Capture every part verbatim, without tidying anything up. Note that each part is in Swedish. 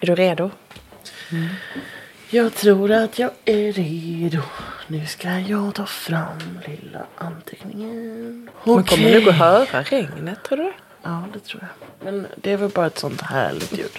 Är du redo? Mm. Jag tror att jag är redo. Nu ska jag ta fram lilla anteckningen. Okay. Men kommer du gå och höra regnet, tror du? Ja, det tror jag. Men det är väl bara ett sånt härligt ljud.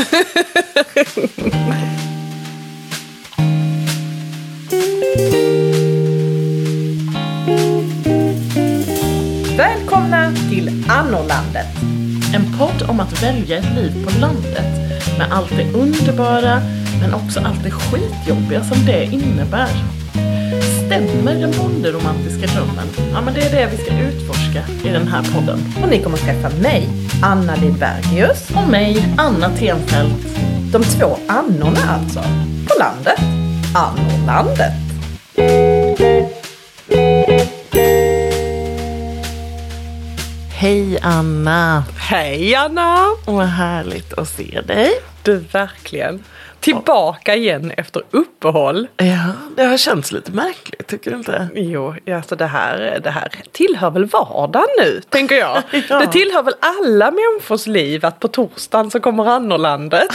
Välkomna till Annorlandet. En podd om att välja ett liv på landet. Med allt det underbara, men också allt det skitjobbiga som det innebär. Stämmer den bonderomantiska drömmen? Ja, men det är det vi ska utforska i den här podden. Och ni kommer träffa mig, Anna Lidbergius. Och mig, Anna Tenfelt. De två Annorna alltså. På landet. Annorlandet. Hej Anna. Hej Anna. Vad härligt att se dig. Du, verkligen. Tillbaka igen efter uppehåll. Ja, det har känts lite märkligt, tycker du inte? Jo, alltså det här, det här tillhör väl vardagen nu, tänker jag. Ja. Det tillhör väl alla människors liv att på torsdagen så kommer Annorlandet.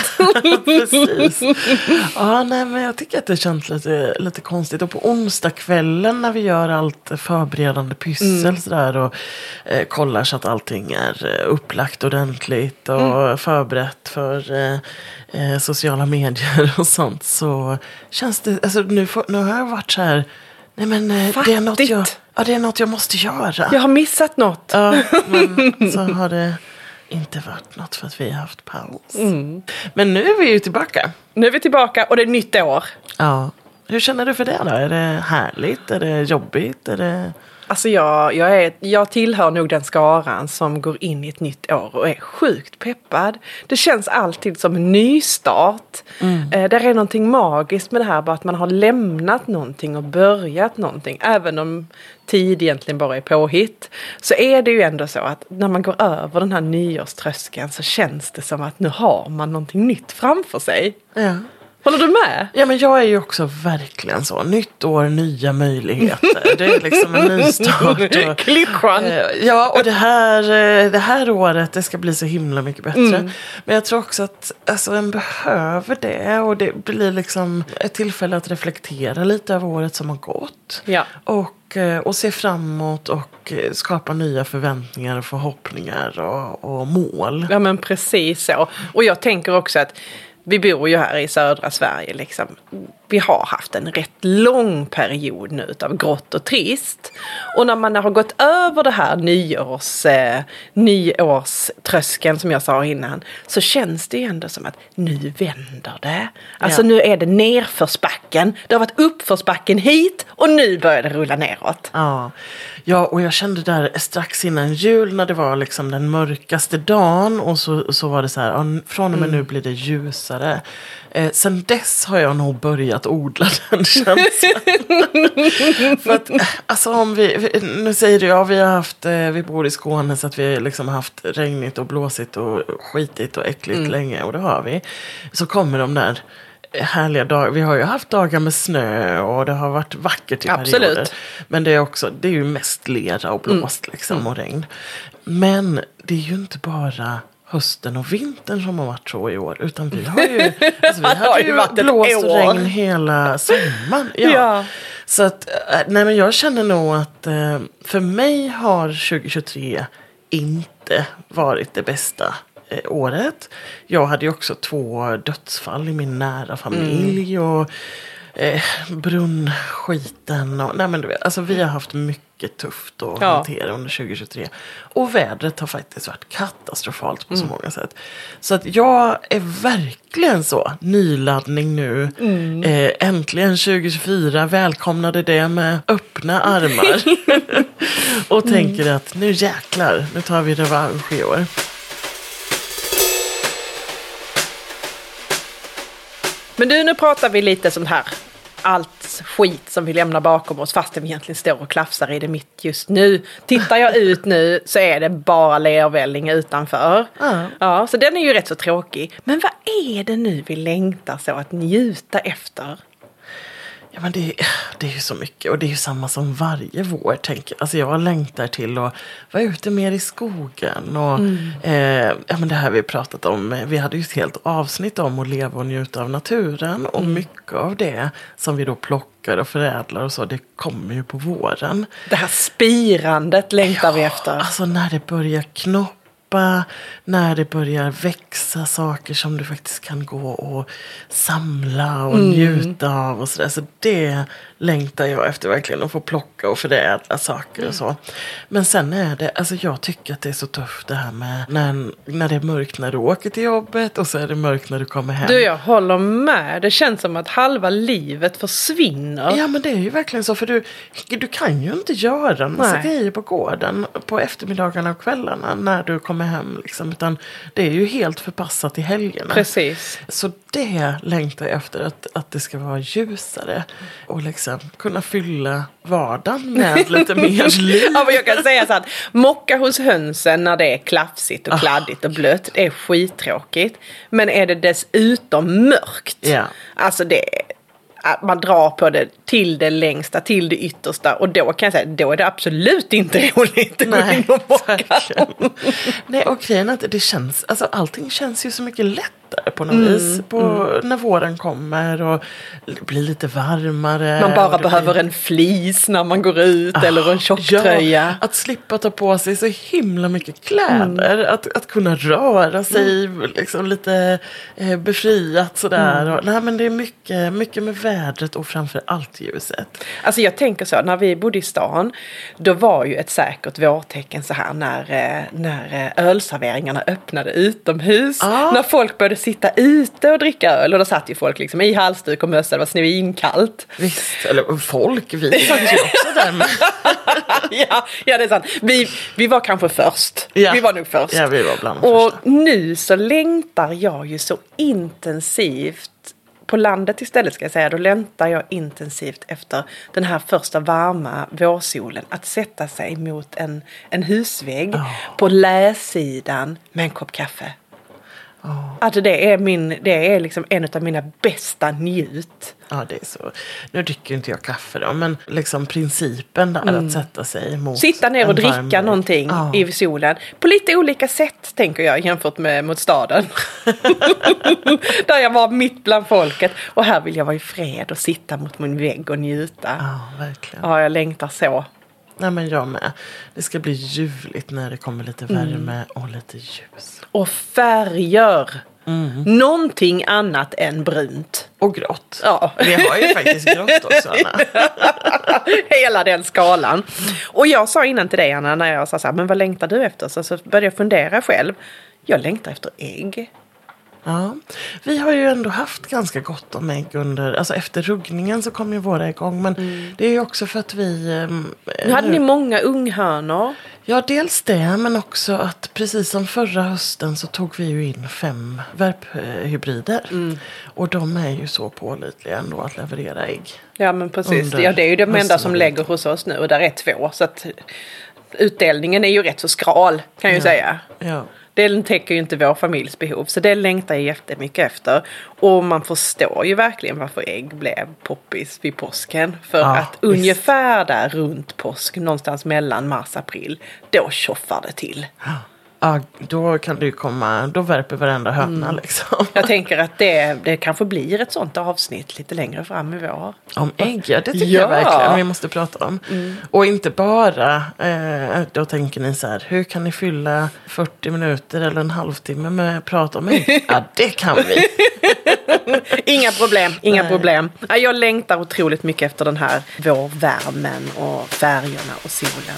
Precis. Ja, nej, men jag tycker att det känns lite, lite konstigt. Och på onsdagskvällen när vi gör allt förberedande pyssel mm. sådär, och eh, kollar så att allting är upplagt ordentligt och mm. förberett för eh, eh, sociala medier och sånt, så känns det, alltså nu, får, nu har jag varit så här, nej men det är något jag, ja, det är något jag måste göra. Jag har missat något. Ja, men så har det inte varit något för att vi har haft paus. Mm. Men nu är vi ju tillbaka. Nu är vi tillbaka och det är nytt år. Ja. Hur känner du för det då? Är det härligt? Är det jobbigt? Är det... Alltså jag, jag, är, jag tillhör nog den skaran som går in i ett nytt år och är sjukt peppad. Det känns alltid som en nystart. Mm. Eh, där är någonting magiskt med det här, bara att man har lämnat någonting och börjat någonting. Även om tid egentligen bara är påhitt, så är det ju ändå så att när man går över den här nyårströskeln så känns det som att nu har man någonting nytt framför sig. Ja. Håller du med? Ja, men jag är ju också verkligen så. Nytt år, nya möjligheter. Det är liksom en ny start. Och, klyschan. Eh, ja, och det här, det här året, det ska bli så himla mycket bättre. Mm. Men jag tror också att alltså, en behöver det. Och det blir liksom ett tillfälle att reflektera lite över året som har gått. Ja. Och, och se framåt och skapa nya förväntningar och förhoppningar och, och mål. Ja, men precis så. Och jag tänker också att vi bor ju här i södra Sverige liksom. Vi har haft en rätt lång period nu av grått och trist. Och när man har gått över det här nyårs, eh, nyårströskeln som jag sa innan, så känns det ju ändå som att nu vänder det. Alltså ja. Nu är det nerförsbacken. Det har varit uppförsbacken hit och nu börjar det rulla neråt. Ja. Ja, och jag kände där strax innan jul när det var liksom den mörkaste dagen, och så, så var det så här, från och med mm. nu blir det ljusare. Eh, sen dess har jag nog börjat odla den känslan. För att, alltså om vi, vi nu säger du, ja, vi har haft, eh, vi bor i Skåne så att vi liksom har haft regnigt och blåsigt och skitigt och äckligt mm. länge, och det har vi. Så kommer de där härliga dagar. Vi har ju haft dagar med snö och det har varit vackert i Absolut. perioder. Men det är också, det är ju mest lera och blåst mm. liksom, och regn. Men det är ju inte bara hösten och vintern som har varit så i år, utan vi har ju, alltså vi hade ju varit blåst och regn hela sommaren. Ja. Ja. Så att, nej, men jag känner nog att för mig har tjugohundratjugotre inte varit det bästa året. Jag hade ju också två dödsfall i min nära familj mm. och eh, brunnskiten och, nej men du vet, alltså vi har haft mycket tufft att ja. hantera under tjugohundratjugotre, och vädret har faktiskt varit katastrofalt på mm. så många sätt. Så att jag är verkligen så nyladdning nu. Mm. Eh, äntligen tjugohundratjugofyra, välkomnade det med öppna armar. Och mm. tänker att nu jäklar, nu tar vi revansch i år. Men du, nu pratar vi lite sånt här, allt skit som vi lämnar bakom oss, fast vi egentligen står och klafsar i det mitt just nu. Tittar jag ut nu så är det bara lervälling utanför. Mm. Ja, så den är ju rätt så tråkig. Men vad är det nu vi längtar så att njuta efter? Ja, men det, det är ju så mycket och det är ju samma som varje vår, tänker jag. Alltså jag längtar till att vara ute mer i skogen och mm. eh, ja, men det här vi pratat om, vi hade ju ett helt avsnitt om att leva och njuta av naturen och mm. mycket av det som vi då plockar och förädlar och så, det kommer ju på våren. Det här spirandet längtar ja, vi efter. Alltså när det börjar knoppa, när det börjar växa saker som du faktiskt kan gå och samla och mm. njuta av och sådär. Så det längtar jag efter verkligen, att få plocka och förädla saker mm. och så. Men sen är det, alltså jag tycker att det är så tufft det här med när, när det är mörkt när du åker till jobbet och så är det mörkt när du kommer hem. Du, jag håller med. Det känns som att halva livet försvinner. Ja, men det är ju verkligen så, för du, du kan ju inte göra en massa grejer på gården på eftermiddagarna och kvällarna när du kommer hem liksom, utan det är ju helt förpassat i helgerna. Precis. Så det längtar jag efter, att, att det ska vara ljusare och liksom kunna fylla vardagen med lite mer liv. Ja, men jag kan säga så att mocka hos hönsen när det är klafsigt och kladdigt och blött, det är skittråkigt. Men är det dessutom mörkt, ja. Alltså det att man drar på det till det längsta, till det yttersta, och då kan jag säga, då är det absolut inte roligt att Nej, gå in och mocka. Nej, och grejen är att det känns, alltså allting känns ju så mycket lättare på något mm, vis på, mm. när våren kommer och det blir lite varmare. Man bara behöver blir... en flis när man går ut ah, eller en tjocktröja. Ja, att slippa ta på sig så himla mycket kläder, mm. att, att kunna röra sig mm. liksom lite eh, befriat sådär. Mm. Och, nej, men det är mycket, mycket med vädret och framför allt ljuset. Alltså jag tänker så, när vi bodde i stan, då var ju ett säkert vårtecken så här när, när ölserveringarna öppnade utomhus. Ah. När folk började sitta ute och dricka öl, och då satt ju folk liksom i halsduk och mössa, det var svinkallt. Visst, eller folk, vi satt ju också där med. ja, ja, det är sant. Vi, vi var kanske först. Ja. Vi var nog först. Ja, vi var bland och första. Nu så längtar jag ju så intensivt på landet istället, ska jag säga, då längtar jag intensivt efter den här första varma vårsolen. Att sätta sig mot en, en husvägg oh. på läsidan med en kopp kaffe. Oh. Alltså det är, min, det är liksom en av mina bästa njut. Ja, det är så. Nu dricker inte jag kaffe då, men liksom principen där mm. att sätta sig mot sitta ner och dricka någonting oh. i solen. På lite olika sätt, tänker jag, jämfört med mot staden. Där jag var mitt bland folket. Och här vill jag vara i fred och sitta mot min vägg och njuta. Ja, verkligen. Ja, jag längtar så. Nej, men jag med. Det ska bli ljuvligt när det kommer lite värme mm. och lite ljus. Och färger. Mm. Någonting annat än brunt. Och grått. Ja. Vi har ju faktiskt grått också, Anna. Hela den skalan. Och jag sa innan till dig, Anna, när jag sa så här, men vad längtar du efter? Så, så började jag fundera själv. Jag längtar efter ägg. Ja, vi har ju ändå haft ganska gott om ägg under, alltså efter ruggningen så kom ju våra igång, men mm. det är ju också för att vi... Um, nu hade nu, ni många unghönor. Ja, dels det, men också att precis som förra hösten så tog vi ju in fem värphybrider. Mm. Och de är ju så pålitliga ändå att leverera ägg. Ja, men precis. Ja, det är ju de enda som lägger hos oss nu, och där är två, så att utdelningen är ju rätt så skral, kan jag ju ja. säga. Ja. Det täcker ju inte vår familjs behov, så det längtar jag jättemycket efter. Och man förstår ju verkligen varför ägg blev poppis vid påsken. För ja, att visst. Ungefär där runt påsk, någonstans mellan mars och april, då tjoffar det till. Ja, då kan du komma, då värper varenda höna mm. liksom. Jag tänker att det, det kanske blir ett sånt avsnitt lite längre fram i vår. Om ägg, ja, det tycker ja. jag verkligen vi måste prata om. Mm. Och inte bara, eh, då tänker ni så här, hur kan ni fylla fyrtio minuter eller en halvtimme med att prata om ägg? Ja, det kan vi. Inga problem, inga Nej. problem. Jag längtar otroligt mycket efter den här vårvärmen och färgerna och solen.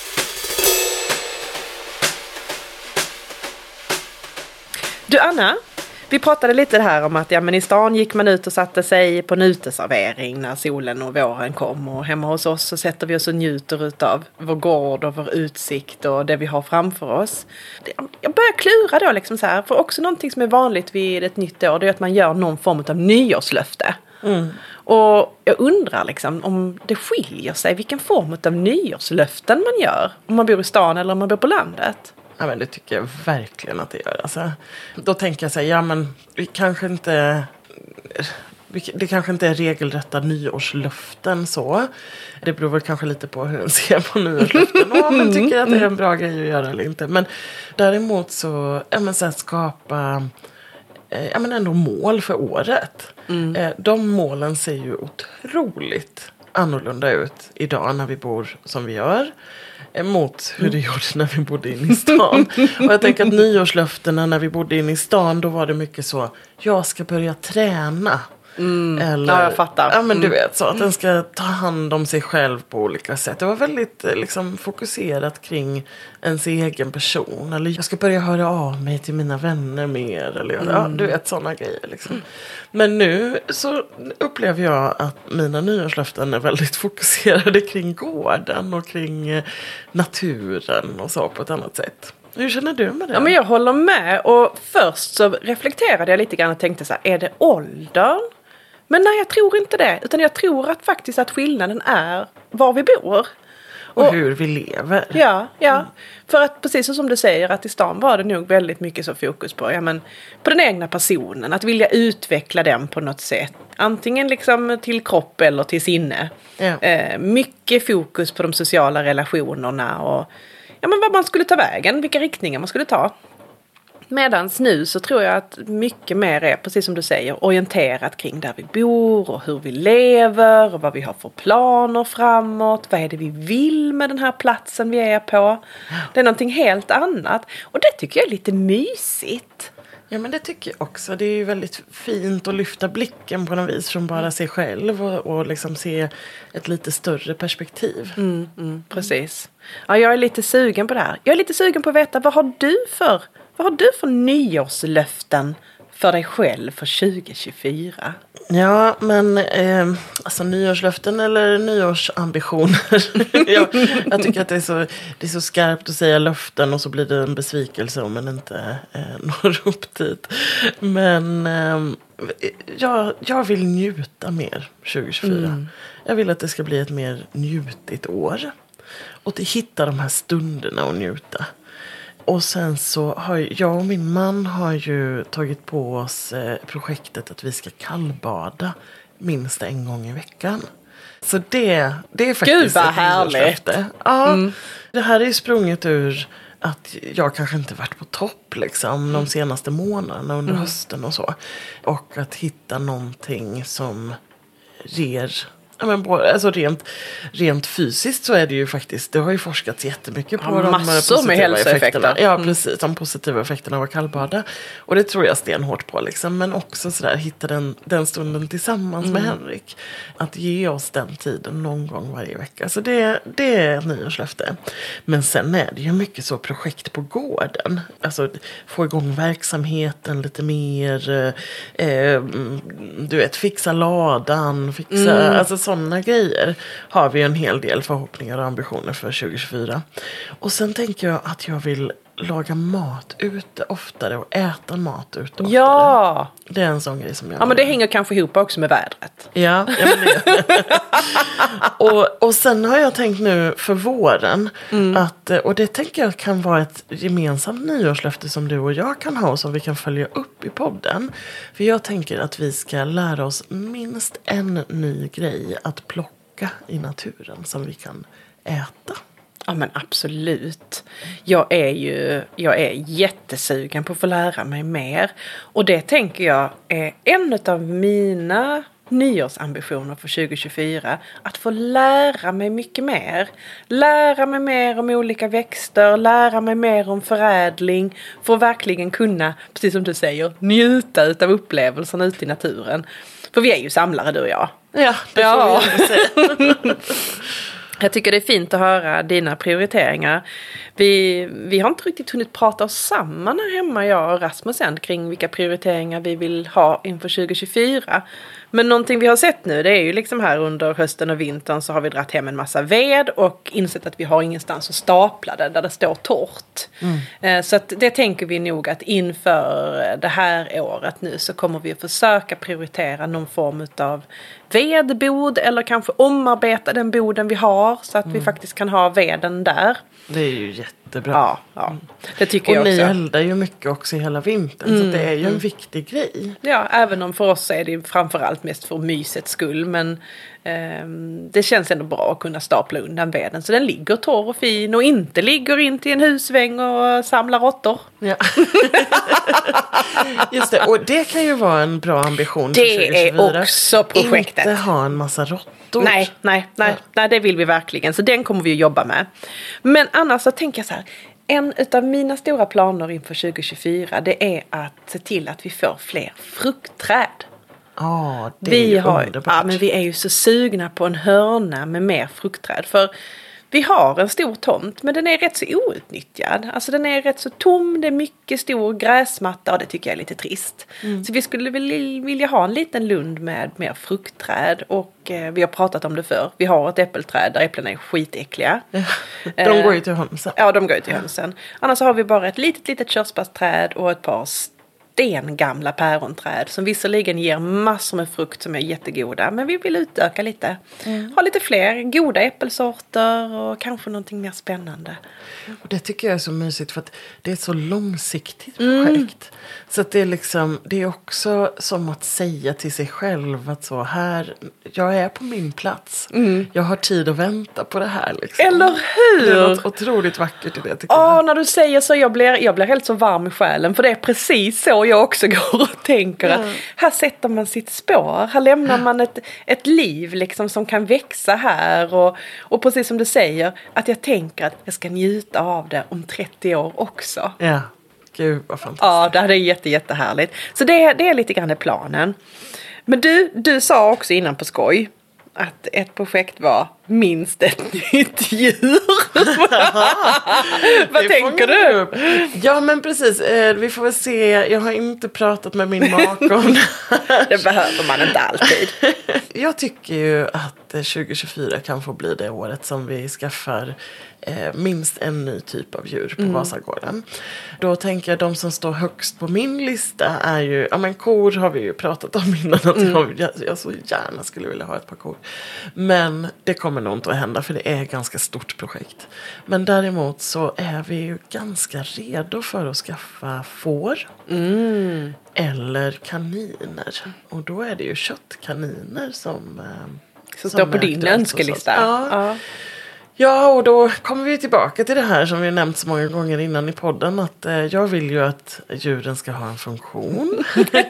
Du, Anna, vi pratade lite här om att ja, men i stan gick man ut och satte sig på en uteservering när solen och våren kom, och hemma hos oss så sätter vi oss och njuter utav vår gård och vår utsikt och det vi har framför oss. Jag börjar klura då liksom så här, för också någonting som är vanligt vid ett nytt år, det är att man gör någon form av nyårslöfte. Mm. Och jag undrar liksom om det skiljer sig vilken form av nyårslöften man gör, om man bor i stan eller om man bor på landet. Ja, men det tycker jag verkligen att det gör. Alltså, då tänker jag så här, ja men vi kanske inte... det kanske inte är regelrätta nyårslöften så. Det beror väl kanske lite på hur man ser på nyårslöften. Och man tycker att det är en bra grej att göra eller inte. Men däremot så, ja, men så här, skapa eh, ja, men ändå mål för året. Mm. Eh, de målen ser ju otroligt annorlunda ut idag när vi bor som vi gör. Mot hur det gjorde när vi bodde inne i stan. Och jag tänker att nyårslöftena när vi bodde inne i stan, då var det mycket så, jag ska börja träna. Mm. Eller, ja, jag fattar. Ja, men du mm. vet så, att den ska ta hand om sig själv på olika sätt. Det var väldigt liksom fokuserat kring ens egen person. Eller jag ska börja höra av mig till mina vänner mer. Eller mm. ja, du vet, sådana grejer liksom. Mm. Men nu så upplever jag att mina nyårslöften är väldigt fokuserade kring gården och kring naturen och så på ett annat sätt. Hur känner du med det? Ja, men jag håller med. Och först så reflekterade jag lite grann och tänkte så här, är det åldern? Men nej, jag tror inte det. Utan jag tror att faktiskt att skillnaden är var vi bor. Och, och hur vi lever. Ja, ja. Mm. För att precis som du säger att i stan var det nog väldigt mycket så fokus på, ja, men, på den egna personen. Att vilja utveckla den på något sätt. Antingen liksom till kropp eller till sinne. Ja. Eh, mycket fokus på de sociala relationerna och ja, men vad man skulle ta vägen, vilka riktningar man skulle ta. Medans nu så tror jag att mycket mer är, precis som du säger, orienterat kring där vi bor och hur vi lever och vad vi har för planer framåt. Vad är det vi vill med den här platsen vi är på? Det är någonting helt annat. Och det tycker jag är lite mysigt. Ja, men det tycker jag också. Det är ju väldigt fint att lyfta blicken på något vis från bara sig själv och, och liksom se ett lite större perspektiv. Mm, mm, precis. Ja, jag är lite sugen på det här. Jag är lite sugen på att veta, vad har du för, vad har du för nyårslöften för dig själv för tjugo tjugofyra? Ja, men eh, alltså nyårslöften eller nyårsambitioner. jag, jag tycker att det är, så, det är så skarpt att säga löften och så blir det en besvikelse om man inte eh, når upp dit. Men eh, jag, jag vill njuta mer tjugo tjugofyra. Mm. Jag vill att det ska bli ett mer njutigt år. Och att hitta de här stunderna och njuta. Och sen så har jag och min man har ju tagit på oss eh, projektet att vi ska kallbada minst en gång i veckan. Så det, det är faktiskt Gud vad härligt. Ja, mm. Det här är ju sprunget ur att jag kanske inte varit på topp liksom de senaste månaderna under mm. hösten och så. Och att hitta någonting som ger... Ja, men alltså rent, rent fysiskt så är det ju faktiskt, det har ju forskats jättemycket på ja, de massor med hälsoeffekter. Ja, precis, de positiva effekterna av att kallbada. Och det tror jag stenhårt på liksom. Men också sådär, hitta den, den stunden tillsammans mm. med Henrik. Att ge oss den tiden någon gång varje vecka. Så det, det är ett nyårslöfte. Men sen är det ju mycket så projekt på gården. Alltså få igång verksamheten lite mer. Eh, du vet, fixa ladan, fixa, mm. alltså sådana grejer har vi en hel del förhoppningar och ambitioner för tjugo tjugofyra. Och sen tänker jag att jag vill laga mat ute oftare och äta mat ute oftare. Ja! Det är en sån grej som jag... Ja, men det hänger kanske ihop också med vädret. Ja, ja men det. och, och sen har jag tänkt nu för våren mm. att, och det tänker jag kan vara ett gemensamt nyårslöfte som du och jag kan ha och som vi kan följa upp i podden. För jag tänker att vi ska lära oss minst en ny grej att plocka i naturen som vi kan äta. Ja, men absolut. Jag är ju jag är jättesugen på att få lära mig mer. Och det tänker jag är en av mina nyårsambitioner för tjugo tjugofyra. Att få lära mig mycket mer. Lära mig mer om olika växter. Lära mig mer om förädling. För att verkligen kunna, precis som du säger, njuta av upplevelserna ute i naturen. För vi är ju samlare, du och jag. Ja, det ja. får vi säga. Jag tycker det är fint att höra dina prioriteringar. Vi, vi har inte riktigt hunnit prata oss samman här hemma, jag och Rasmus, än kring vilka prioriteringar vi vill ha inför tjugo tjugofyra. Men någonting vi har sett nu, det är ju liksom här under hösten och vintern så har vi dratt hem en massa ved och insett att vi har ingenstans att stapla det där det står torrt. Mm. Så att det tänker vi nog att inför det här året nu så kommer vi att försöka prioritera någon form av vedbod eller kanske omarbeta den boden vi har så att mm. vi faktiskt kan ha veden där. Det är ju jätte jättebra. Ja, ja. Det tycker och jag också. Och ni eldar ju mycket också i hela vintern. Mm, så det är ju mm. en viktig grej. Ja, även om för oss är det framförallt mest för mysets skull. Men eh, det känns ändå bra att kunna stapla undan veden. Så den ligger torr och fin och inte ligger in till en husväng och samlar råttor. Ja. Just det, och det kan ju vara en bra ambition det för tjugohundratjugofyra. Det är också projektet. Inte ha en massa råttor. Nej, nej, nej, ja. nej, det vill vi verkligen. Så den kommer vi att jobba med. Men annars så tänker jag så här. En av mina stora planer inför tjugohundratjugofyra det är att se till att vi får fler fruktträd. Ja, oh, det vi är har, underbart. Ja, men vi är ju så sugna på en hörna med mer fruktträd. För vi har en stor tomt men den är rätt så outnyttjad. Alltså den är rätt så tom, det är mycket stor gräsmatta och det tycker jag är lite trist. Mm. Så vi skulle vilja ha en liten lund med mer fruktträd och eh, vi har pratat om det för. Vi har ett äppelträd där äpplen är skitäckliga. De går ju till hönsen. Ja, de går ju till hönsen. Annars har vi bara ett litet, litet körsbärsträd och ett par stengamla päronträd som visserligen ger massor med frukt som är jättegoda. Men vi vill utöka lite. Mm. Ha lite fler goda äppelsorter och kanske någonting mer spännande. Och det tycker jag är så mysigt för att det är ett så långsiktigt projekt. Mm. Så att det är liksom, det är också som att säga till sig själv att så här, jag är på min plats. Mm. Jag har tid att vänta på det här liksom. Eller hur? Det är något otroligt vackert i det tycker Åh, jag. när du säger så, jag blir, jag blir helt så varm i själen. För det är precis så jag också går och tänker. Mm. Att här sätter man sitt spår. Här lämnar man ett, ett liv liksom som kan växa här. Och, och precis som du säger, att jag tänker att jag ska njuta av det om trettio år också. Ja. Gud, vad fantastiskt. Ja, det här är jätte, jättehärligt. Så det, det är lite grann planen. Men du, du sa också innan på skoj att ett projekt var minst ett nytt djur. Vad tänker du? Upp. Ja, men precis. Vi får väl se. Jag har inte pratat med min make om det. Det behöver man inte alltid. Jag tycker ju att tjugohundratjugofyra kan få bli det året som vi skaffar eh, minst en ny typ av djur på mm. Vasagården. Då tänker jag de som står högst på min lista är ju, ja men kor har vi ju pratat om innan att mm. jag, jag så gärna skulle vilja ha ett par kor. Men det kommer nog inte att hända för det är ett ganska stort projekt. Men däremot så är vi ju ganska redo för att skaffa får. Mm. Eller kaniner. Och då är det ju köttkaniner som... Som står på din önskelista. Ja. ja. Ja, och då kommer vi tillbaka till det här som vi nämnt så många gånger innan i podden. Att eh, jag vill ju att djuren ska ha en funktion.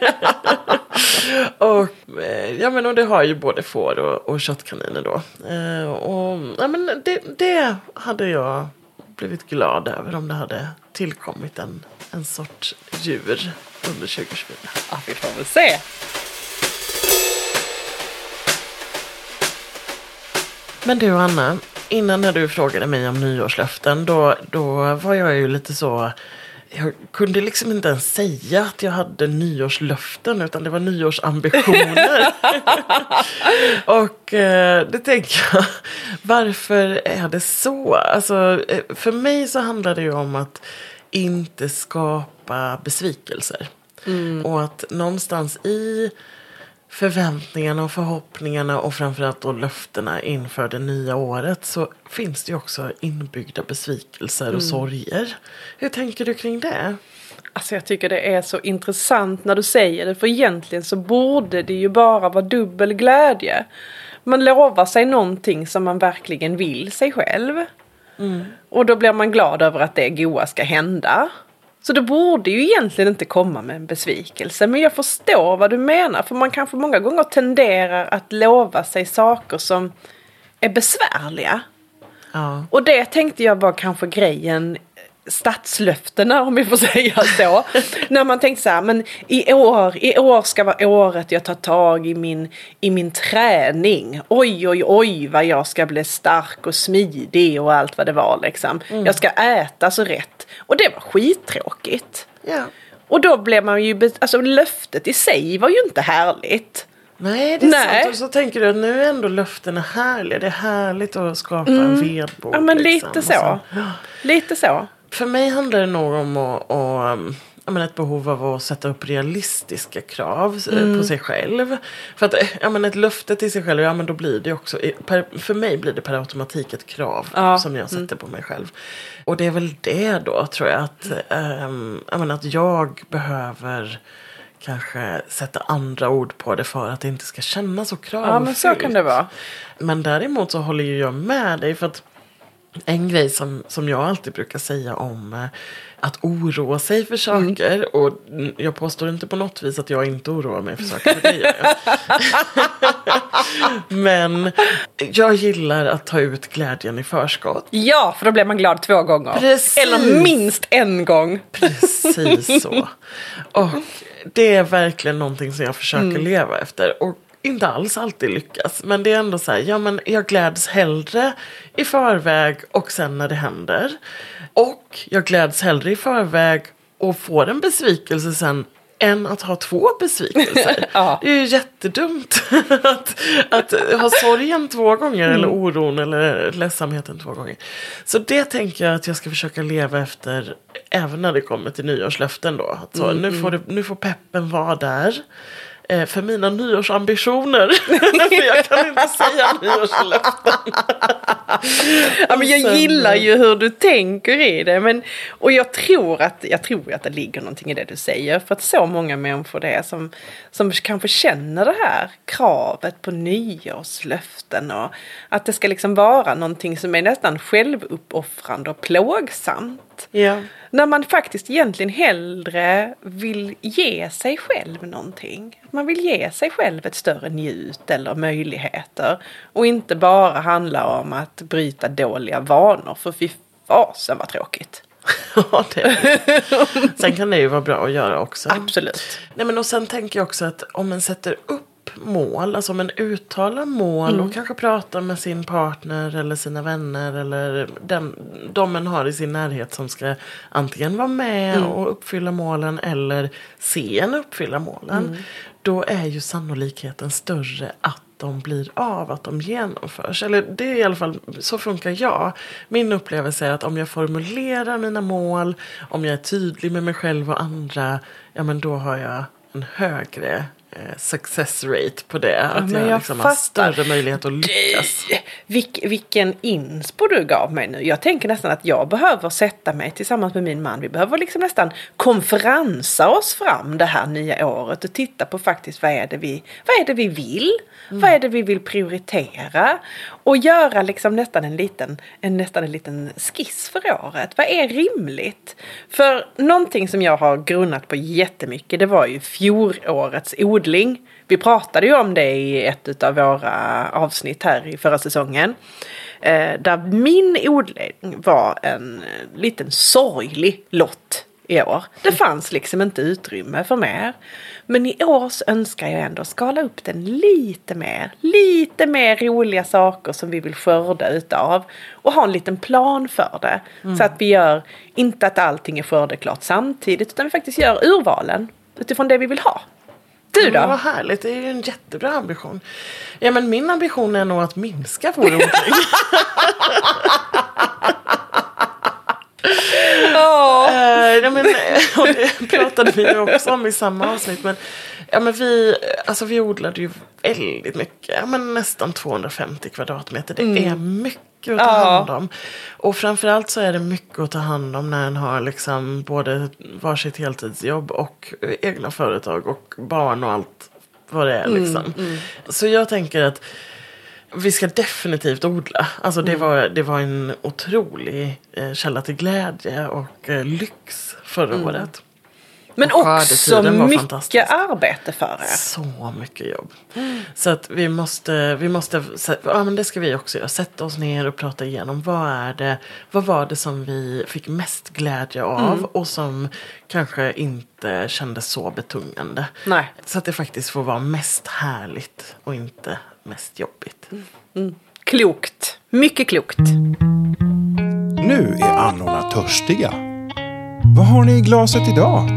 och, eh, ja, men, och det har ju både får och, och köttkaniner då. Eh, och ja, men det, det hade jag blivit glad över om det hade tillkommit en, en sorts djur under tjugohundratjugofyra. Ja, vi får väl se. Men du Anna, innan när du frågade mig om nyårslöften, då, då var jag ju lite så... Jag kunde liksom inte ens säga att jag hade nyårslöften utan det var nyårsambitioner. och eh, det tänker jag, varför är det så? Alltså, för mig så handlar det ju om att inte skapa besvikelser. Mm. Och att någonstans i förväntningarna och förhoppningarna och framförallt då löftena inför det nya året så finns det ju också inbyggda besvikelser och mm. sorger. Hur tänker du kring det? Alltså jag tycker det är så intressant när du säger det, för egentligen så borde det ju bara vara dubbel glädje. Man lovar sig någonting som man verkligen vill sig själv. Mm. Och då blir man glad över att det goda ska hända. Så det borde ju egentligen inte komma med en besvikelse. Men jag förstår vad du menar. För man kanske många gånger tenderar att lova sig saker som är besvärliga. Ja. Och det tänkte jag var kanske grejen, stadslöftena om vi får säga så. När man tänkte så här, men i år, i år ska vara året jag tar tag i min, i min träning. Oj, oj, oj vad jag ska bli stark och smidig och allt vad det var liksom. Mm. Jag ska äta så rätt. Och det var skittråkigt. Ja. Och då blev man ju, alltså löftet i sig var ju inte härligt. Nej, det är Nej. sant. Och så tänker du att nu är ändå löftena härliga. Det är härligt att skapa mm. en vedbord. Ja, men liksom. lite så. så. Lite så. För mig handlar det nog om att, att jag menar, ett behov av att sätta upp realistiska krav mm. på sig själv. För att jag menar, ett löfte till sig själv, ja men då blir det också, per, för mig blir det per automatik ett krav ja. som jag sätter mm. på mig själv. Och det är väl det då, tror jag, att, um, jag menar, att jag behöver kanske sätta andra ord på det för att det inte ska kännas så kravfyllt. Ja, men så kan det vara. Men däremot så håller ju jag med dig, för att en grej som, som jag alltid brukar säga om eh, att oroa sig för saker, mm. och jag påstår inte på något vis att jag inte oroar mig för saker, för det gör jag. Men jag gillar att ta ut glädjen i förskott. Ja, för då blir man glad två gånger. Precis. Eller minst en gång. Precis så. Och det är verkligen någonting som jag försöker mm. leva efter. Och inte alls alltid lyckas. Men det är ändå så här, ja men jag gläds hellre i förväg och sen när det händer. Och jag gläds hellre i förväg och får en besvikelse sen än att ha två besvikelser. Ja. Det är ju jättedumt att, att ha sorgen två gånger mm. eller oron eller ledsamheten två gånger. Så det tänker jag att jag ska försöka leva efter även när det kommer till nyårslöften då. Att så, mm, nu, får det, nu får peppen vara där. För mina nyårsambitioner. För jag kan inte säga nyårslöften. Ja, men jag gillar ju hur du tänker i det. Men, och jag tror, att, jag tror att det ligger någonting i det du säger. För att så många människor det är som, som kanske känner det här kravet på nyårslöften. Och att det ska liksom vara någonting som är nästan självuppoffrande och plågsamt. Ja. När man faktiskt egentligen hellre vill ge sig själv någonting. Man vill ge sig själv ett större njut eller möjligheter. Och inte bara handla om att bryta dåliga vanor. För fy fasen vad tråkigt. Ja, det är. Sen kan det ju vara bra att göra också. Absolut. Nej, men och sen tänker jag också att om man sätter upp mål, alltså om en uttalar mål mm. och kanske pratar med sin partner eller sina vänner eller den, de man har i sin närhet som ska antingen vara med mm. och uppfylla målen eller se en uppfylla målen, mm. då är ju sannolikheten större att de blir av, att de genomförs. Eller det är i alla fall, så funkar jag. Min upplevelse är att om jag formulerar mina mål, om jag är tydlig med mig själv och andra, ja men då har jag en högre success rate på det. Att ja, jag, jag liksom har större möjlighet att lyckas. Vilk, vilken inspo du gav mig nu. Jag tänker nästan att jag behöver sätta mig tillsammans med min man. Vi behöver liksom nästan konferensa oss fram det här nya året och titta på faktiskt vad är det vi, vad är det vi vill? Mm. Vad är det vi vill prioritera? Och göra liksom nästan en liten, en, nästan en liten skiss för året. Vad är rimligt? För någonting som jag har grunnat på jättemycket, det var ju fjolårets odling. Vi pratade ju om det i ett av våra avsnitt här i förra säsongen. Eh, där min odling var en liten sorglig lott i år. Det fanns liksom inte utrymme för mer. Men i år så önskar jag ändå skala upp den lite mer. Lite mer roliga saker som vi vill skörda utav. Och ha en liten plan för det. Mm. Så att vi gör, inte att allting är skördeklart samtidigt. Utan vi faktiskt gör urvalen utifrån det vi vill ha. Du då? Ja, vad härligt. Det är ju en jättebra ambition. Ja, men min ambition är nog att minska vår odling. Oh. uh, ja, men, och det pratade vi också om i samma avsnitt. Men, ja, men vi, alltså, vi odlade ju väldigt mycket. Ja, men nästan tvåhundrafemtio kvadratmeter. Det mm. är mycket att ta hand om. Och framförallt så är det mycket att ta hand om när en har liksom både varsitt heltidsjobb och egna företag och barn och allt vad det är liksom. Mm, mm. Så jag tänker att vi ska definitivt odla. Alltså det, mm. var, det var en otrolig eh, källa till glädje och eh, lyx förra mm. året. Men också mycket arbete för er. Så mycket jobb. Mm. Så att vi måste, vi måste, ja men det ska vi också göra. Sätta oss ner och prata igenom. Vad är det, vad var det som vi fick mest glädje av mm. och som kanske inte kändes så betungande. Nej. Så att det faktiskt får vara mest härligt och inte mest jobbigt. Mm. Mm. Klokt. Mycket klokt. Nu är annorna törstiga. Vad har ni i glaset idag?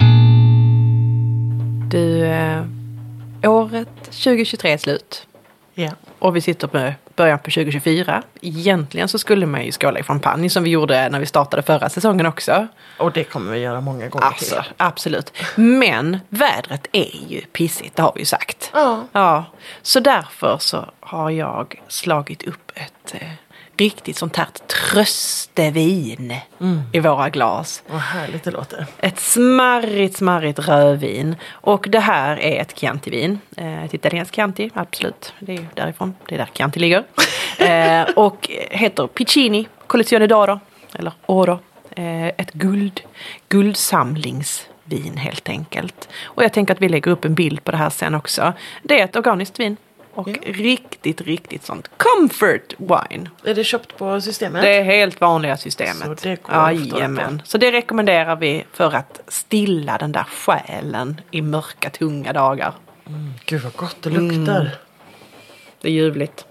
Du, eh, året tjugohundratjugotre är slut. Ja. Och vi sitter på början på tjugo tjugofyra. Egentligen så skulle man ju skåla i champagne som vi gjorde när vi startade förra säsongen också. Och det kommer vi göra många gånger Alltså, till. absolut. Men vädret är ju pissigt, det har vi ju sagt. Ja. Ja. Så därför så har jag slagit upp ett eh, riktigt sånt här tröstevin mm. i våra glas. Vad härligt det låter. Ett smarrigt, smarrigt rödvin. Och det här är ett Chianti-vin. Eh, ett italienskt Chianti, absolut. Det är ju därifrån. Det är där Chianti ligger. eh, och heter Piccini Collezione d'Oro. Eller Oro. Eh, ett guld, guldsamlingsvin helt enkelt. Och jag tänker att vi lägger upp en bild på det här sen också. Det är ett organiskt vin. Och ja. riktigt, riktigt sånt comfort wine. Är det köpt på systemet? Det är helt vanliga systemet. Så det går Jajamän. Så det rekommenderar vi för att stilla den där själen i mörka, tunga dagar. Mm, gud vad gott det luktar. Mm. Det är ljuvligt.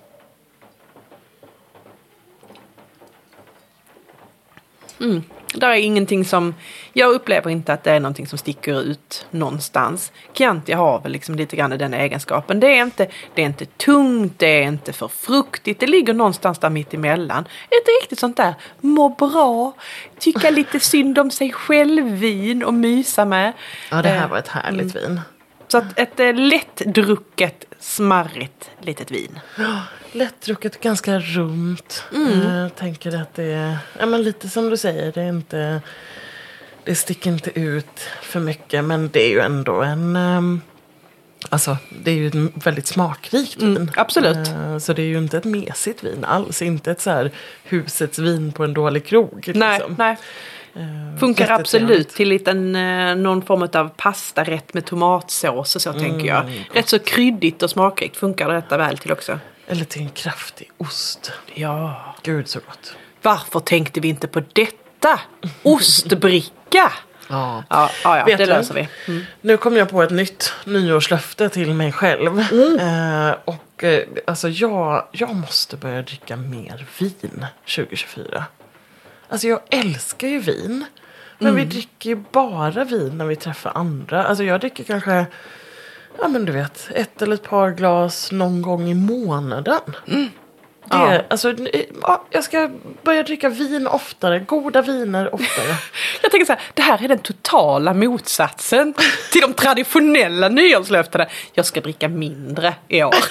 Mm. Det är ingenting som, jag upplever inte att det är någonting som sticker ut någonstans. Chianti har väl liksom lite grann den egenskapen. Det är inte, det är inte tungt, det är inte för fruktigt. Det ligger någonstans där mitt emellan. Ett riktigt sånt där må bra, tycka lite synd om sig själv vin och mysa med. Ja, det här var ett härligt mm. vin. Så att ett äh, lättdrucket, smarrigt litet vin. Ja, lättdrucket, ganska runt. Mm. Jag tänker att det är ja, men lite som du säger. Det, är inte, det sticker inte ut för mycket. Men det är ju ändå en... Um, alltså, det är ju ett väldigt smakrikt vin. Mm, absolut. Uh, så det är ju inte ett mesigt vin alls. Inte ett så här husets vin på en dålig krog. Nej, liksom. nej. Funkar absolut till liten, någon form av pastarätt med tomatsås och så mm, tänker jag. Gott. Rätt så kryddigt och smakrikt funkar det detta väl till också. Eller till en kraftig ost. Ja. Gud så gott. Varför tänkte vi inte på detta? Ostbricka! Ja, ja, ja, ja Vet det du? löser vi. Mm. Nu kom jag på ett nytt nyårslöfte till mig själv. Mm. Eh, och eh, alltså jag, jag måste börja dricka mer vin tjugo tjugofyra. Alltså jag älskar ju vin. Men mm. vi dricker ju bara vin när vi träffar andra. Alltså jag dricker kanske, ja men du vet, ett eller ett par glas någon gång i månaden. Mm. Det, ja. Alltså, ja, jag ska börja dricka vin oftare. Goda viner oftare. Jag tänker så här, det här är den totala motsatsen till de traditionella nyårslöftena. Jag ska dricka mindre i år.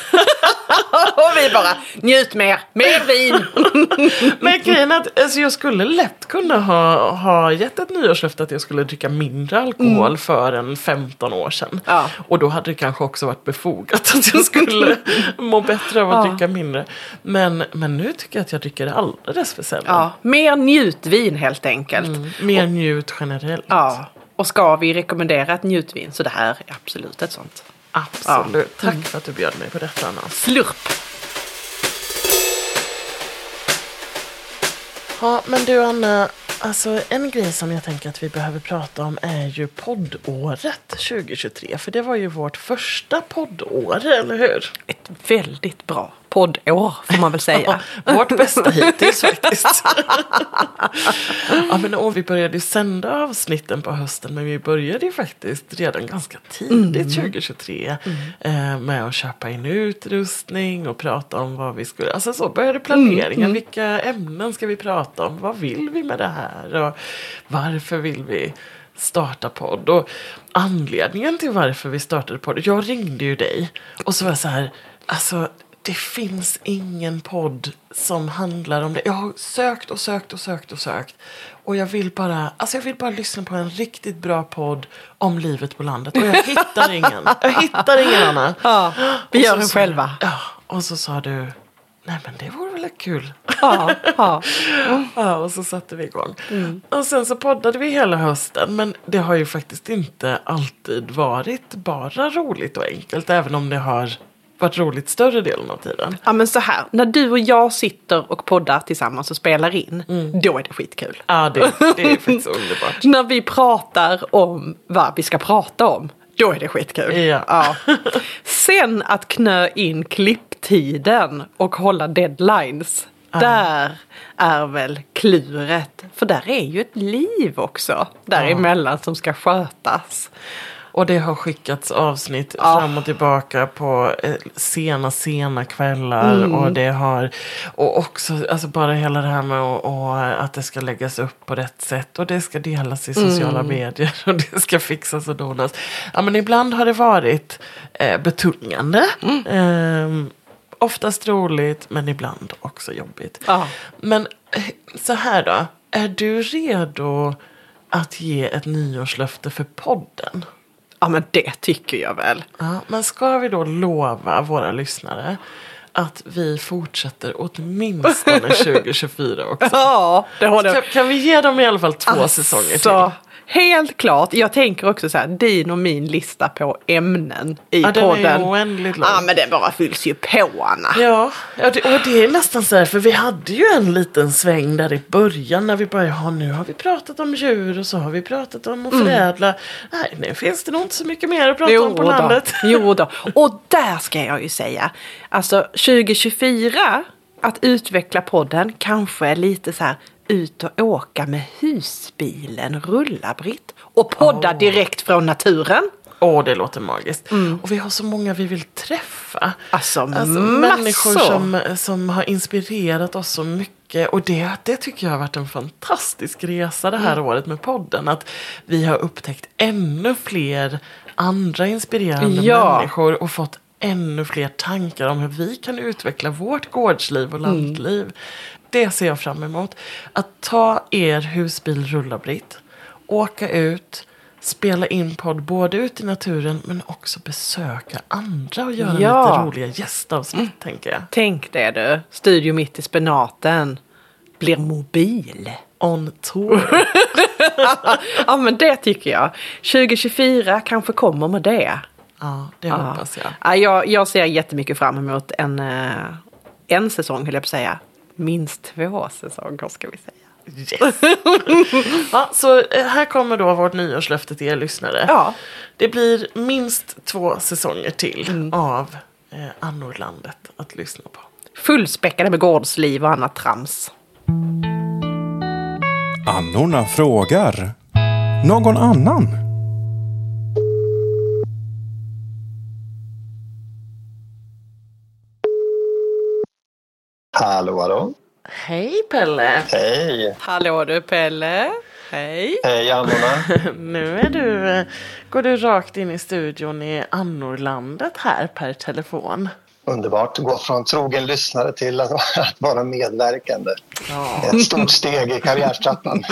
Och vi bara, njut mer, mer vin. Men grejen att alltså, jag skulle lätt kunna ha, ha gett ett nyårslöfte att jag skulle dricka mindre alkohol mm. för en femton år sedan. Ja. Och då hade det kanske också varit befogat att jag skulle må bättre av att ja. dricka mindre. Men, men nu tycker jag att jag dricker det alldeles för sällan. Ja, mer njutvin helt enkelt. Mm. Mer och, njut generellt. Ja, och ska vi rekommendera ett njutvin så det här är absolut ett sånt. Absolut. Ja. Tack för att du bjöd mig på detta, Anna. Slurp! Ja, men du Anna, alltså en grej som jag tänker att vi behöver prata om är ju poddåret tjugo tjugotre. För det var ju vårt första poddår, eller hur? Ett väldigt bra poddår får man väl säga. Ja, vårt bästa hittills faktiskt. Ja, men och vi började sända avsnitten på hösten, men vi började ju faktiskt redan ganska tidigt mm. tjugo tjugotre mm. eh, med att köpa in utrustning och prata om vad vi skulle, alltså så började planeringen, mm. vilka ämnen ska vi prata om, vad vill vi med det här och varför vill vi starta podd och anledningen till varför vi startade podd. Jag ringde ju dig och så var jag så här, alltså det finns ingen podd som handlar om det. Jag har sökt och sökt och sökt och sökt. Och jag vill bara, alltså jag vill bara lyssna på en riktigt bra podd om livet på landet. Och jag hittar ingen. Jag hittar ingen, Anna. Ja, vi gör den själva. Ja, och så sa du, nej men det vore väl kul. Ja, ja. Ja, och så satte vi igång. Mm. Och sen så poddade vi hela hösten. Men det har ju faktiskt inte alltid varit bara roligt och enkelt. Även om det har varit roligt större delen av tiden. Ja, men så här, när du och jag sitter och poddar tillsammans och spelar in, mm. då är det skitkul. Ja, det, det är faktiskt underbart. När vi pratar om vad vi ska prata om, då är det skitkul. Ja. Ja. Sen att knö in klipptiden och hålla deadlines, ah. där är väl kluret. För där är ju ett liv också däremellan ah. som ska skötas. Och det har skickats avsnitt Ja. fram och tillbaka på eh, sena, sena kvällar. Mm. Och det har, och också alltså bara hela det här med och, och att det ska läggas upp på rätt sätt. Och det ska delas i sociala Mm. medier. Och det ska fixas och donas. Ja, men ibland har det varit eh, betungande. Mm. Eh, oftast roligt, men ibland också jobbigt. Ja. Men eh, så här då. Är du redo att ge ett nyårslöfte för podden? Ja, men det tycker jag väl. Ja, men ska vi då lova våra lyssnare att vi fortsätter åtminstone tjugo tjugofyra också? Ja, det har Kan, det. kan vi ge dem i alla fall två säsonger till? Så, helt klart. Jag tänker också så här, din och min lista på ämnen i Ja, den podden. är ju oändligt lång. Ja, men det bara fylls ju på, Anna. Ja, ja det, och det är nästan så här, för vi hade ju en liten sväng där i början när vi började, ja, nu har vi pratat om djur och så har vi pratat om att förädla. Nej, nu finns det nog inte så mycket mer att prata om på då. landet. Jo då. Och där ska jag ju säga, alltså tjugo tjugofyra, att utveckla podden kanske är lite så här ut och åka med husbilen, Rulla-Britt och podda Oh. direkt från naturen. Åh, det låter magiskt. Och vi har så många vi vill träffa. Alltså, Alltså massor. människor som, som har inspirerat oss så mycket. Och det, det tycker jag har varit en fantastisk resa det här Mm. året med podden. Att vi har upptäckt ännu fler andra inspirerande Ja. människor. Och fått ännu fler tankar om hur vi kan utveckla vårt gårdsliv och lantliv. Mm. Det ser jag fram emot. Att ta er husbil Rulla-Britt. Åka ut. Spela in podd både ute i naturen men också besöka andra och göra Ja. lite roliga gästavsnitt, tänker jag. Tänk det du, studio mitt i spenaten blir mobil. On tour. Ja, men det tycker jag. tjugo tjugofyra kanske kommer med det. Ja, det hoppas jag. Ja, jag, jag ser jättemycket fram emot en, eh, en säsong, höll jag på att säga. Minst två säsonger ska vi säga. Yes. Ja, så eh, här kommer då vårt nyårslöfte till er lyssnare. Ja. Det blir minst två säsonger till av eh, Annorlandet att lyssna på. Fullspäckade med gårdsliv och annat trams. Annorna frågar. Någon annan? Hallå, hallå. Hej Pelle! Hej. Hallå du Pelle. Hej. Hej, Annorna. Nu är du, eh, går du rakt in i studion i Annorlandet här per telefon. Underbart. Gå från trogen lyssnare till att, att vara medverkande. Ja. Ett stort steg i karriärstrappan.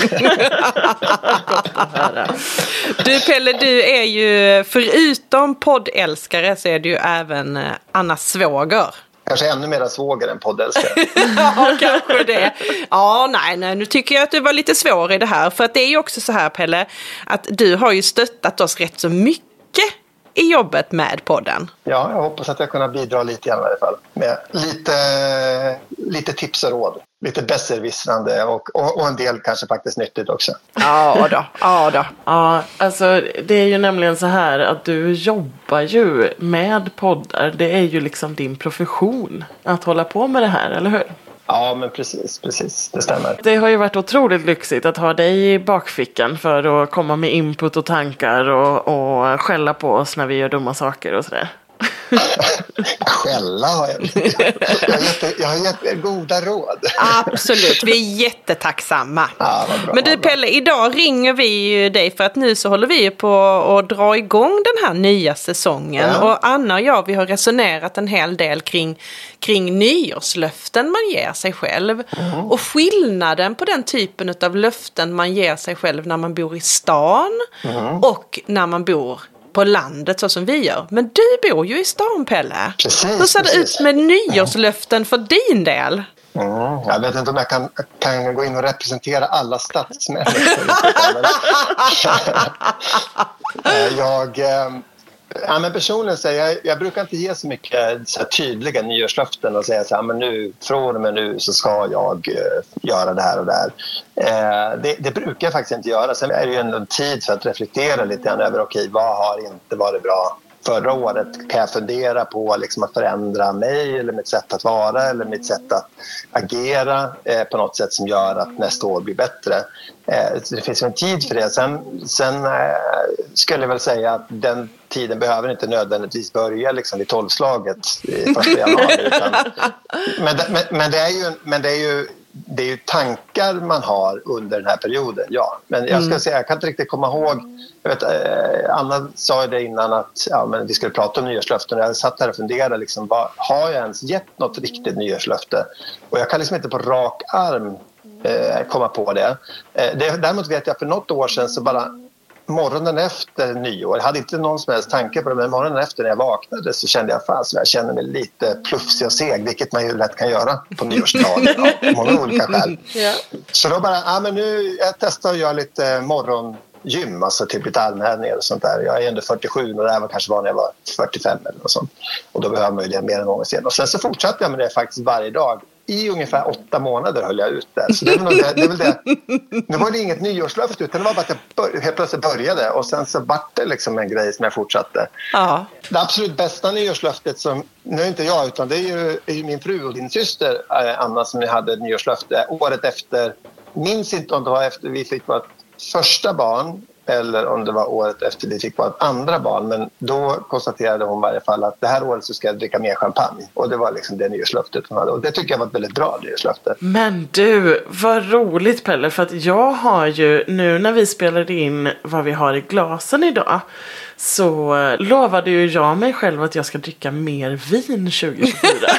Du Pelle, du är ju förutom poddälskare så är du ju även eh, Annas svåger. Kanske ännu mer svåger än poddälskare. Ja, kanske det. Ja, nej, nej, nu tycker jag att du var lite svår i det här. För att det är ju också så här, Pelle, att du har ju stöttat oss rätt så mycket i jobbet med podden. Ja, jag hoppas att jag kan bidra lite grann i alla fall. Med lite, lite tips och råd. Lite besserwissrande och, och, och en del kanske faktiskt nyttigt också. Ja då, ja då. Ja, alltså det är ju nämligen så här att du jobbar ju med poddar. Det är ju liksom din profession att hålla på med det här, eller hur? Ja, men precis, precis. Det stämmer. Det har ju varit otroligt lyxigt att ha dig i bakfickan för att komma med input och tankar och, och skälla på oss när vi gör dumma saker och sådär. Skälla har jag inte. Jag har gett, jag har gett er goda råd. Absolut, vi är jättetacksamma. Ja, vad bra, Men du vad bra. Pelle, idag ringer vi ju dig för att nu så håller vi på att dra igång den här nya säsongen. Ja. Och Anna och jag, vi har resonerat en hel del kring, kring nyårslöften man ger sig själv. Mm. Och skillnaden på den typen av löften man ger sig själv när man bor i stan Mm. och när man bor på landet så som vi gör. Men du bor ju i stan, Pelle. Precis, Hur ser det precis. ut med nyårslöften för din del? Mm, jag vet inte om jag kan, kan gå in och representera alla stadsmänniskor. Men, jag, eh, ja, men personligen så jag, jag brukar inte ge så mycket så här tydliga nyårslöften och säga så här, men nu, från och med nu så ska jag eh, göra det här och det här. Eh, det, det brukar jag faktiskt inte göra. Sen är det ju en, en tid för att reflektera lite grann över, okej, vad har inte varit bra förra året. Kan jag fundera på liksom att förändra mig eller mitt sätt att vara eller mitt sätt att agera eh, på något sätt som gör att nästa år blir bättre. Eh, det finns en tid för det. Sen, sen eh, skulle jag väl säga att den tiden behöver inte nödvändigtvis börja liksom vid tolvslaget i första januari. Utan, men, men, men, det är ju, men det är ju det är ju tankar man har under den här perioden, ja. Men jag ska mm. säga, jag kan inte riktigt komma ihåg. Jag vet, eh, Anna sa det innan att ja, men vi skulle prata om nyårslöften. Jag satt här och funderade, liksom, vad, har jag ens gett något riktigt nyårslöfte? Och jag kan liksom inte på rak arm eh, komma på det. Eh, det. Däremot vet jag för något år sedan så bara morgonen efter nyår, jag hade inte någon som helst tanke på det, men morgonen efter när jag vaknade så kände jag fast jag känner mig lite plufsig och seg, vilket man ju lätt kan göra på nyårsdagen av många olika skäl. Yeah. Så då bara, ja men nu, jag testar att göra lite morgongym, alltså typ lite armhävningar och sånt där. Jag är ändå fyrtiosju och det här var kanske var när jag var fyrtiofem eller något sånt. Och då behöver man ju det mer än någonsin. Och sen så fortsatte jag med det faktiskt varje dag. I ungefär åtta månader höll jag ut där. Så det är väl det, det, är väl det. Nu var det inget nyårslöfte utan det var bara att jag bör, helt plötsligt började. Och sen så var det liksom en grej som jag fortsatte. Ja. Det absolut bästa nyårslöftet som, nu är inte jag utan det är ju, är ju min fru och din syster Anna som hade ett nyårslöfte året efter. Minns inte om det var efter vi fick vårt första barn eller om det var året efter vi fick vårt andra barn. Men då konstaterade hon i varje fall att det här året så ska jag dricka mer champagne. Och det var liksom det nyårslöftet hon hade. Och det tycker jag var ett väldigt bra nyårslöfte. Men du, vad roligt Pelle. För att jag har ju, nu när vi spelade in vad vi har i glasen idag, så lovade ju jag mig själv att jag ska dricka mer vin tjugohundratjugofyra.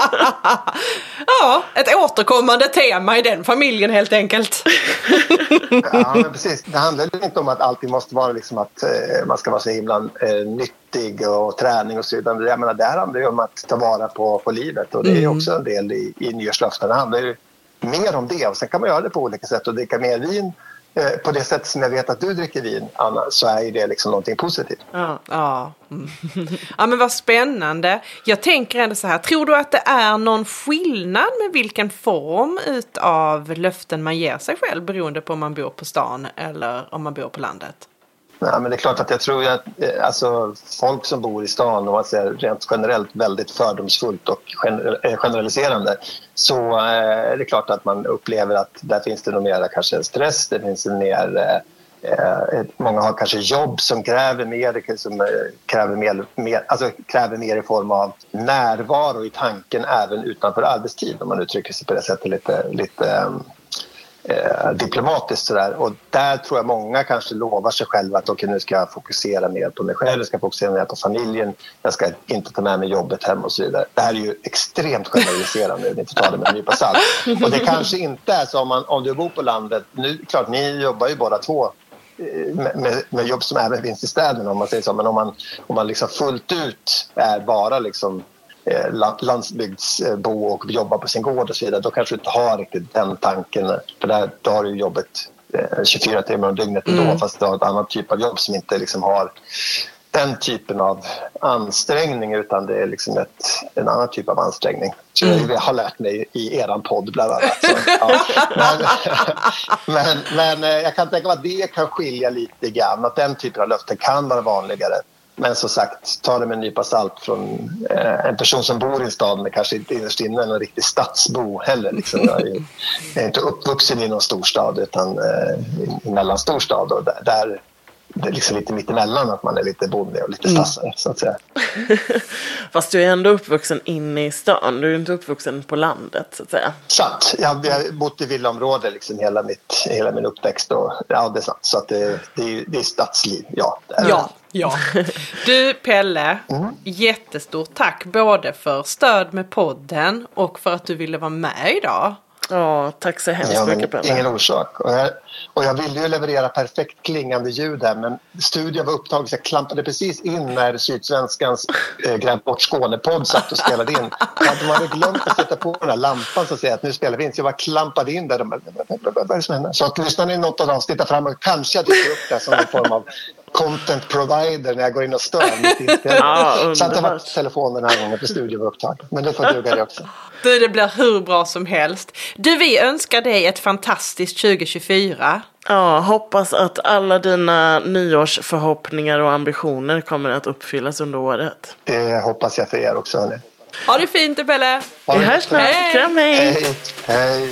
Ja, ett återkommande tema i den familjen helt enkelt. Ja, men precis. Det handlar inte om att alltid måste vara liksom att eh, man ska vara så himla eh, nyttig och träning och så vidare. Jag menar, det här handlar ju om att ta vara på, på livet och det är ju också en del i, i nyårslöften. Det handlar ju mer om det och sen kan man göra det på olika sätt och dricka mer vin. På det sätt som jag vet att du dricker vin, Anna, så är det liksom någonting positivt. Ja, ja. Mm. Ja, men vad spännande. Jag tänker ändå så här, tror du att det är någon skillnad med vilken form av löften man ger sig själv beroende på om man bor på stan eller om man bor på landet? Ja, men det är klart att jag tror att alltså, folk som bor i stan och man säger rent generellt väldigt fördomsfullt och generaliserande så är det klart att man upplever att där finns det nog mer kanske stress, det finns en mer eh, många har kanske jobb som kräver mer som kräver mer, mer alltså kräver mer i form av närvaro i tanken även utanför arbetstid om man uttrycker sig på det sättet lite lite Eh, diplomatiskt sådär. Och där tror jag många kanske lovar sig själva att okay, nu ska jag fokusera mer på mig själv, jag ska fokusera mer på familjen, jag ska inte ta med mig jobbet hem och så vidare. Det här är ju extremt generaliserande, ni får ta det med en nypa salt. Och det kanske inte är så om, man, om du bor på landet, nu klart ni jobbar ju båda två med, med, med jobb som även finns i städerna om man säger så, men om man, om man liksom fullt ut är bara liksom landsbygdsbo och jobba på sin gård och så vidare, då kanske du inte har riktigt den tanken, för där, då har du jobbet tjugofyra timmar om dygnet ändå, mm. fast du har ett annat typ av jobb som inte liksom har den typen av ansträngning utan det är liksom ett, en annan typ av ansträngning. Så mm. jag har lärt mig i eran podd bland annat. Så, ja. men, men, men jag kan tänka mig att det kan skilja lite grann, att den typen av löften kan vara vanligare. Men som sagt, ta det med en nypa salt från eh, en person som bor i en stad men kanske inte innerst inne en riktig stadsbo heller. Liksom. Jag, är, jag är inte uppvuxen i någon storstad utan eh, i mellanstor stad och där, där det är liksom lite mittemellan att man är lite bonde och lite stadsare mm. så att säga. Fast du är ändå uppvuxen inne i stan, du är inte uppvuxen på landet så att säga. Sant, jag har bott i villaområde liksom hela, mitt, hela min uppväxt och ja det är sant. Så att det, det, det är stadsliv, ja. Det är ja. Ja. Du Pelle, mm. jättestort tack både för stöd med podden och för att du ville vara med idag. Ja, tack så hemskt ja, mycket Pelle. Ingen orsak. Och jag, och jag ville ju leverera perfekt klingande ljud här men studion var upptagen så jag klampade precis in när Sydsvenskans äh, Grävt bort Skåne-podd satt och spelade in. Man hade glömt att sätta på den här lampan så att säga att nu spelar vi in. Så jag bara klampade in där. Vad är det som händer? Så att lyssnar ni något av dem, titta fram och kanske jag dyker upp där som en form av content provider när jag går in och stör mitt inspelning. Ah, så att det var telefonen den här gången för studion var upptagen. Men det får duga det också. Du, det blir hur bra som helst. Du, vi önskar dig ett fantastiskt tjugohundratjugofyra. Ja, hoppas att alla dina nyårsförhoppningar och ambitioner kommer att uppfyllas under året. Det hoppas jag för er också, hörni. Ha det fint, Pelle. Vi hörs snart. Hej. Kram, hej. Hej. Hej.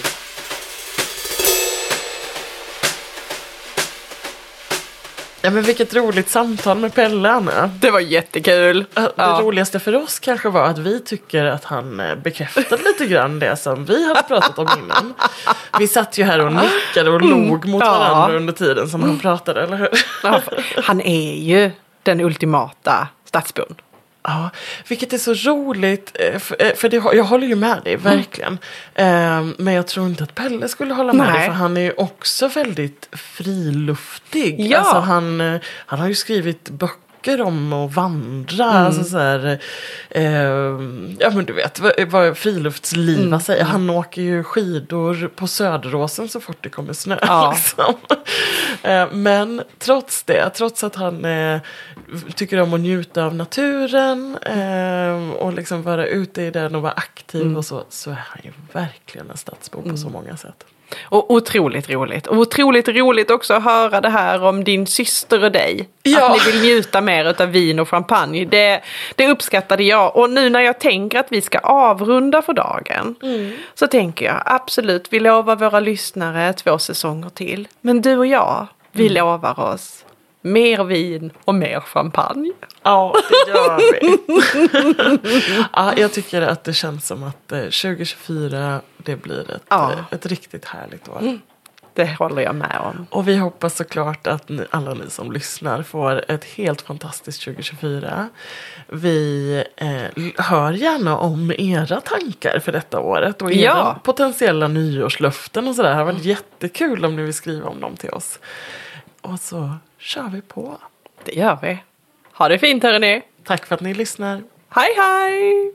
Ja, men vilket roligt samtal med Pelle, Anna. Det var jättekul. Det Ja. roligaste för oss kanske var att vi tycker att han bekräftade lite grann det som vi hade pratat om innan. Vi satt ju här och nickade och log mot Ja. varandra under tiden som han pratade, eller hur? Ja, han är ju den ultimata stadsbon. Ja, vilket är så roligt, för, för det, jag håller ju med dig, verkligen. Mm. Men jag tror inte att Pelle skulle hålla med Nej. dig, för han är ju också väldigt friluftig. Ja. Alltså han, han har ju skrivit böcker om att vandra, mm. alltså så här, eh, ja men du vet, vad, vad friluftsliv mm. säger. Han åker ju skidor på Söderåsen så fort det kommer snö. Ja. Liksom. eh, men trots det, trots att han eh, tycker om att njuta av naturen eh, och liksom vara ute i den och vara aktiv mm. och så, så är han ju verkligen en stadsbo på mm. så många sätt. Och otroligt roligt. Och otroligt roligt också att höra det här om din syster och dig. Ja. Att ni vill njuta mer av vin och champagne. Det, det uppskattade jag. Och nu när jag tänker att vi ska avrunda för dagen. Mm. Så tänker jag absolut, vi lovar våra lyssnare två säsonger till. Men du och jag, vi mm. lovar oss mer vin och mer champagne. Ja, det gör vi. Ja, jag tycker att det känns som att tjugo tjugofyra det blir ett, ja. ett riktigt härligt år. Mm. Det håller jag med om. Och vi hoppas såklart att ni, alla ni som lyssnar får ett helt fantastiskt tjugo tjugofyra. Vi eh, hör gärna om era tankar för detta året och era ja. potentiella nyårslöften och sådär. Det har varit jättekul om ni vill skriva om dem till oss. Och så kör vi på. Det gör vi. Ha det fint, hörni. Tack för att ni lyssnar. Hej, hej!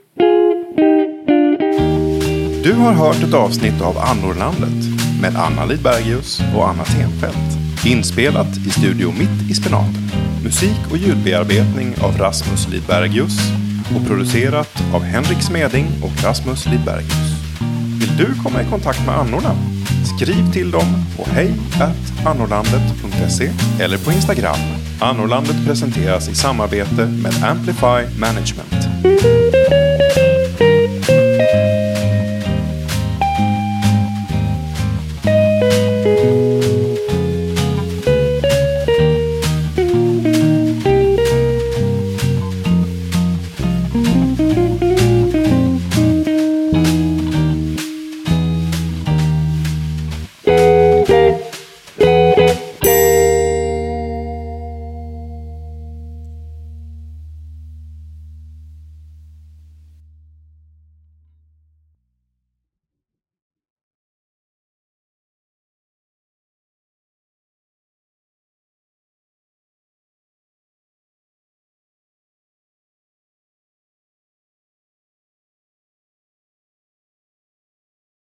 Du har hört ett avsnitt av Annorlandet med Anna Lidbergius och Anna Tenfelt. Inspelat i studio Mitt i Spenaten. Musik och ljudbearbetning av Rasmus Lidbergius och producerat av Henrik Smeding och Rasmus Lidbergius. Vill du komma i kontakt med Annorna? Skriv till dem på hej at annorlandet punkt se eller på Instagram. Annorlandet presenteras i samarbete med Amplify Management.